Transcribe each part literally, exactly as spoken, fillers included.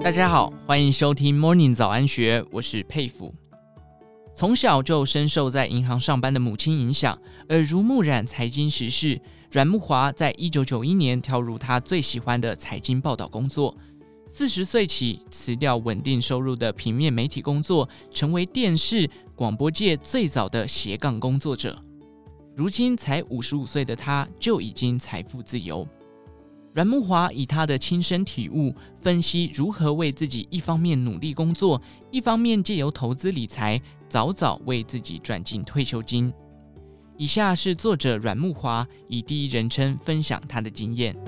大家好，欢迎收听 Morning 早安学，我是佩服。从小就深受在银行上班的母亲影响，耳濡目染财经时事，阮慕骅在一九九一年跳入他最喜欢的财经报道工作。四十岁起辞掉稳定收入的平面媒体工作，成为电视、广播界最早的斜杠工作者。如今才五十五岁的他，就已经财富自由。阮慕骅以他的亲身体悟，分析如何为自己一方面努力工作，一方面借由投资理财，早早为自己赚进退休金。以下是作者阮慕骅以第一人称分享他的经验。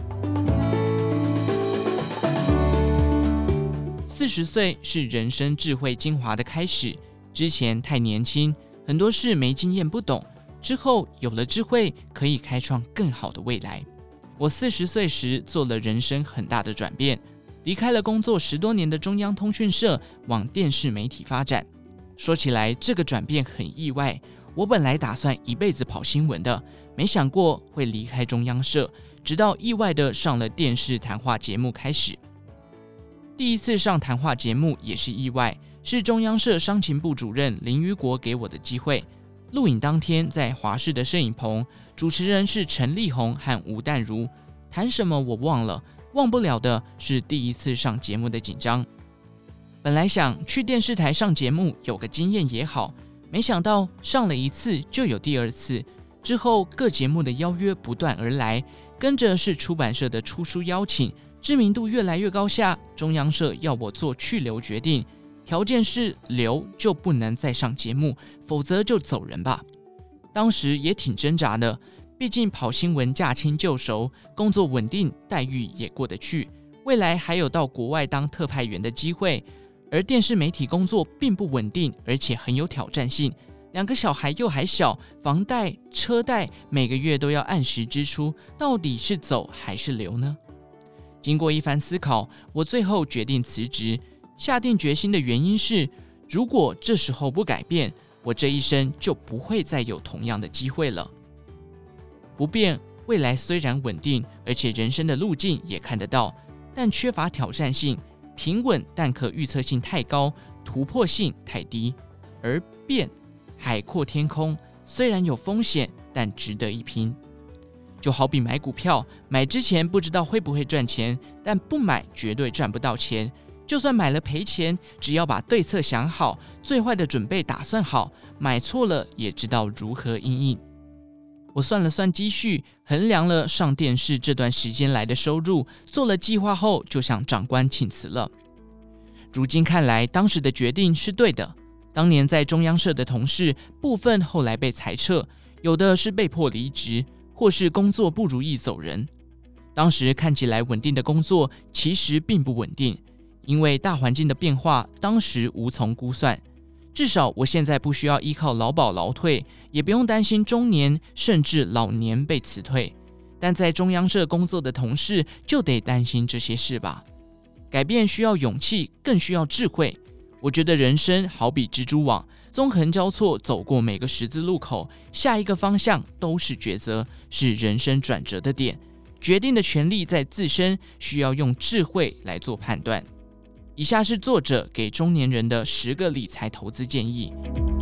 四十岁是人生智慧精华的开始，之前太年轻，很多事没经验不懂，之后有了智慧，可以开创更好的未来。我四十岁时做了人生很大的转变，离开了工作十多年的中央通讯社，往电视媒体发展。说起来，这个转变很意外。我本来打算一辈子跑新闻的，没想过会离开中央社，直到意外的上了电视谈话节目开始。第一次上谈话节目也是意外，是中央社商情部主任林于国给我的机会。录影当天在华视的摄影棚，主持人是陈立宏和吴淡如，谈什么我忘了，忘不了的是第一次上节目的紧张。本来想去电视台上节目有个经验也好，没想到上了一次就有第二次，之后各节目的邀约不断而来，跟着是出版社的出书邀请，知名度越来越高下，中央社要我做去留决定，条件是留就不能再上节目，否则就走人吧。当时也挺挣扎的，毕竟跑新闻驾轻就熟，工作稳定，待遇也过得去，未来还有到国外当特派员的机会。而电视媒体工作并不稳定，而且很有挑战性，两个小孩又还小，房贷、车贷每个月都要按时支出，到底是走还是留呢？经过一番思考，我最后决定辞职。下定决心的原因是，如果这时候不改变，我这一生就不会再有同样的机会了。不变，未来虽然稳定，而且人生的路径也看得到，但缺乏挑战性，平稳但可预测性太高，突破性太低。而变，海阔天空，虽然有风险，但值得一拼。就好比买股票，买之前不知道会不会赚钱，但不买绝对赚不到钱。就算买了赔钱，只要把对策想好，最坏的准备打算好，买错了也知道如何因应。我算了算积蓄，衡量了上电视这段时间来的收入，做了计划后就向长官请辞了。如今看来，当时的决定是对的。当年在中央社的同事，部分后来被裁撤，有的是被迫离职，或是工作不如意走人。当时看起来稳定的工作，其实并不稳定。因为大环境的变化，当时无从估算。至少我现在不需要依靠劳保劳退，也不用担心中年甚至老年被辞退。但在中央社工作的同事就得担心这些事吧。改变需要勇气，更需要智慧。我觉得人生好比蜘蛛网，纵横交错，走过每个十字路口，下一个方向都是抉择，是人生转折的点。决定的权利在自身，需要用智慧来做判断。以下是作者给中年人的十个理财投资建议。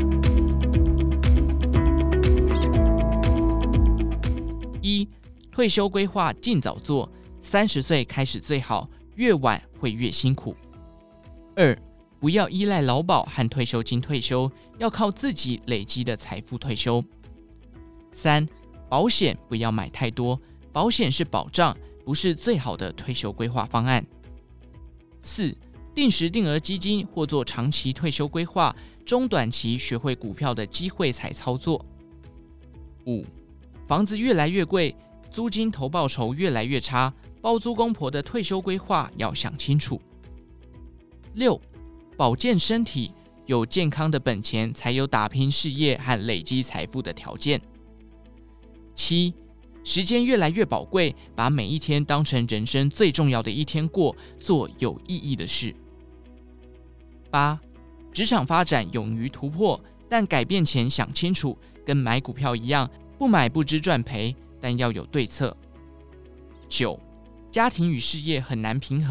一、退休规划尽早做，三十岁开始最好，越晚会越辛苦。二、不要依赖劳保和退休金退休，要靠自己累积的财富退休。三、保险不要买太多，保险是保障，不是最好的退休规划方案。四、定时定额基金或做长期退休规划，中短期学会股票的机会才操作。五、房子越来越贵，租金投报酬越来越差，包租公婆的退休规划要想清楚。六、保健身体，有健康的本钱，才有打拼事业和累积财富的条件。七、时间越来越宝贵，把每一天当成人生最重要的一天过，做有意义的事。八、职场发展勇于突破，但改变前想清楚，跟买股票一样，不买不知赚赔，但要有对策。九、家庭与事业很难平衡，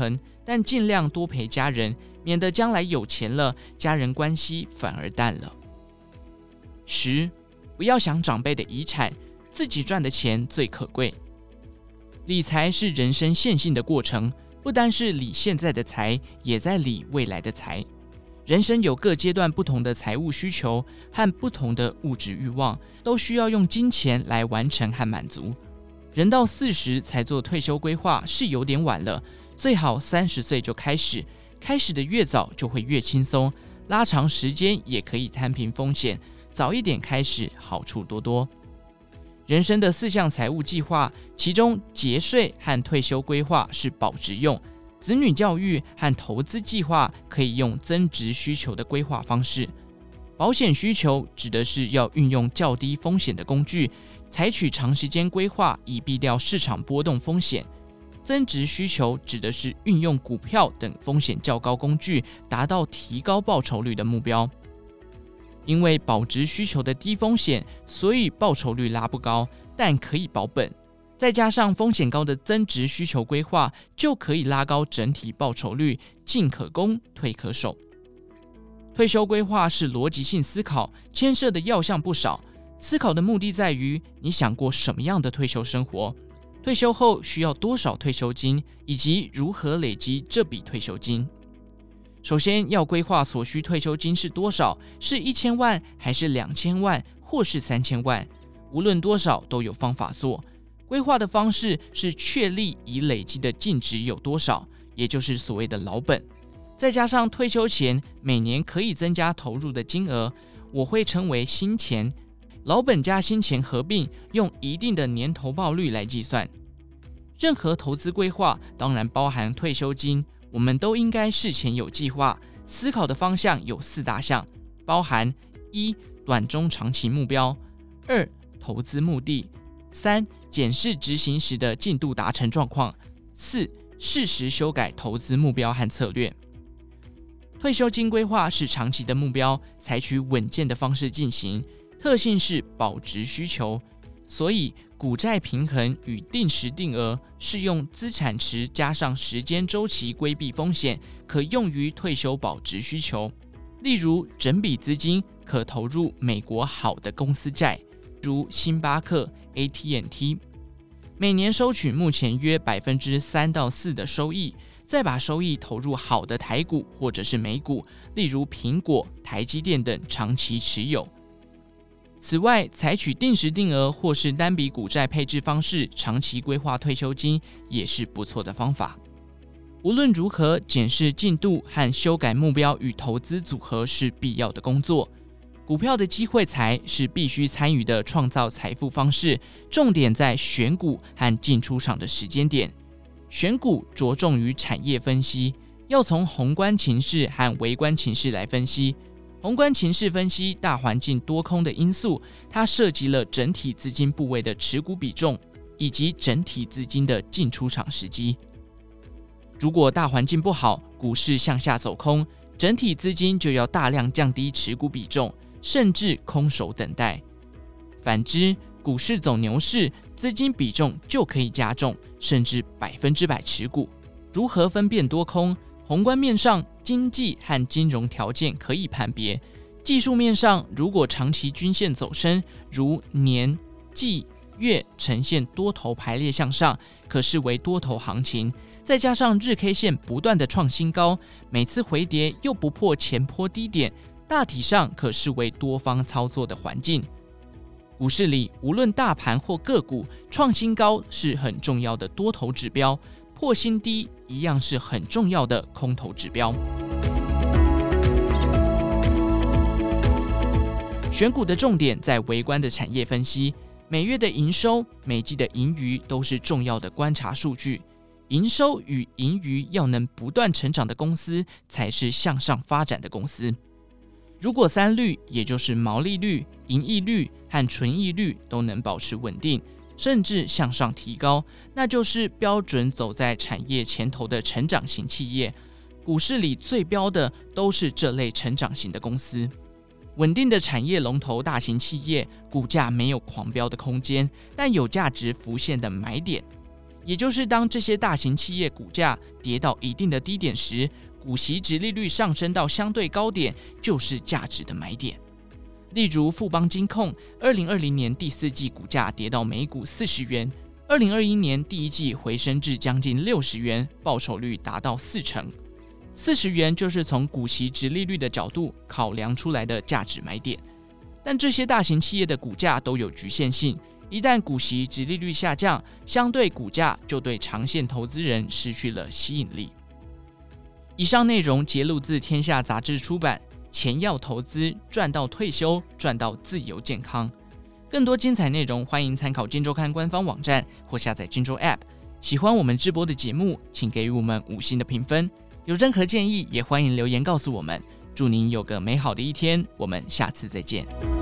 但尽量多陪家人，免得将来有钱了，家人关系反而淡了。十，不要想长辈的遗产，自己赚的钱最可贵。理财是人生线性的过程，不单是理现在的财，也在理未来的财。人生有各阶段不同的财务需求和不同的物质欲望，都需要用金钱来完成和满足。人到四十才做退休规划是有点晚了，最好三十岁就开始，开始的越早就会越轻松，拉长时间也可以摊平风险，早一点开始好处多多。人生的四项财务计划，其中节税和退休规划是保值用，子女教育和投资计划可以用增值需求的规划方式。保险需求指的是要运用较低风险的工具，采取长时间规划以避掉市场波动风险。增值需求指的是运用股票等风险较高工具，达到提高报酬率的目标。因为保值需求的低风险，所以报酬率拉不高，但可以保本。再加上风险高的增值需求规划，就可以拉高整体报酬率，进可攻，退可守。退休规划是逻辑性思考，牵涉的要项不少。思考的目的在于，你想过什么样的退休生活？退休后需要多少退休金，以及如何累积这笔退休金。首先要规划所需退休金是多少，是一千万还是两千万，或是三千万？无论多少都有方法做。规划的方式是确立已累积的净值有多少，也就是所谓的老本，再加上退休前每年可以增加投入的金额，我会称为新钱。老本加新钱合并，用一定的年投报率来计算。任何投资规划当然包含退休金，我们都应该事前有计划。思考的方向有四大项，包含一、短中长期目标；二、投资目的；三、检视执行时的进度达成状况；四、适时修改投资目标和策略。退休金规划是长期的目标，采取稳健的方式进行，特性是保值需求，所以股债平衡与定时定额是用资产池加上时间周期规避风险，可用于退休保值需求。例如，整笔资金可投入美国好的公司债，如星巴克、A T and T， 每年收取目前约 百分之三到四 的收益，再把收益投入好的台股或者是美股，例如苹果、台积电等长期持有。此外，采取定时定额或是单笔股债配置方式长期规划退休金也是不错的方法。无论如何，检视进度和修改目标与投资组合是必要的工作。股票的机会财是必须参与的创造财富方式，重点在选股和进出场的时间点。选股着重于产业分析，要从宏观情势和微观情势来分析。宏观情势分析大环境多空的因素，它涉及了整体资金部位的持股比重，以及整体资金的进出场时机。如果大环境不好，股市向下走空，整体资金就要大量降低持股比重，甚至空手等待。反之，股市走牛市，资金比重就可以加重，甚至百分之百持股。如何分辨多空？宏观面上，经济和金融条件可以判别；技术面上，如果长期均线走升，如年、季、月呈现多头排列向上，可视为多头行情。再加上日 K 线不断的创新高，每次回跌又不破前波低点，大体上可视为多方操作的环境。股市里，无论大盘或个股，创新高是很重要的多头指标，破新低一样是很重要的空头指标。选股的重点在微观的产业分析，每月的营收、每季的盈余都是重要的观察数据。营收与盈余要能不断成长的公司，才是向上发展的公司。如果三率，也就是毛利率、盈利率和纯益率都能保持稳定，甚至向上提高，那就是标准走在产业前头的成长型企业。股市里最标的都是这类成长型的公司。稳定的产业龙头大型企业，股价没有狂飙的空间，但有价值浮现的买点。 也就是当这些大型企业股价跌到一定的低点时，股息殖利率上升到相对高点，就是价值的买点。例如富邦金控二零二零年第四季股价跌到每股四十元，二零二一年第一季回升至将近六十元，报酬率达到四成。四十元就是从股息殖利率的角度考量出来的价值买点。但这些大型企业的股价都有局限性，一旦股息殖利率下降，相对股价就对长线投资人失去了吸引力。以上内容节录自天下杂志出版，钱要投资，赚到退休，赚到自由健康。更多精彩内容，欢迎参考《今周刊》官方网站或下载《今周 App》。喜欢我们直播的节目，请给予我们五星的评分。有任何建议，也欢迎留言告诉我们。祝您有个美好的一天，我们下次再见。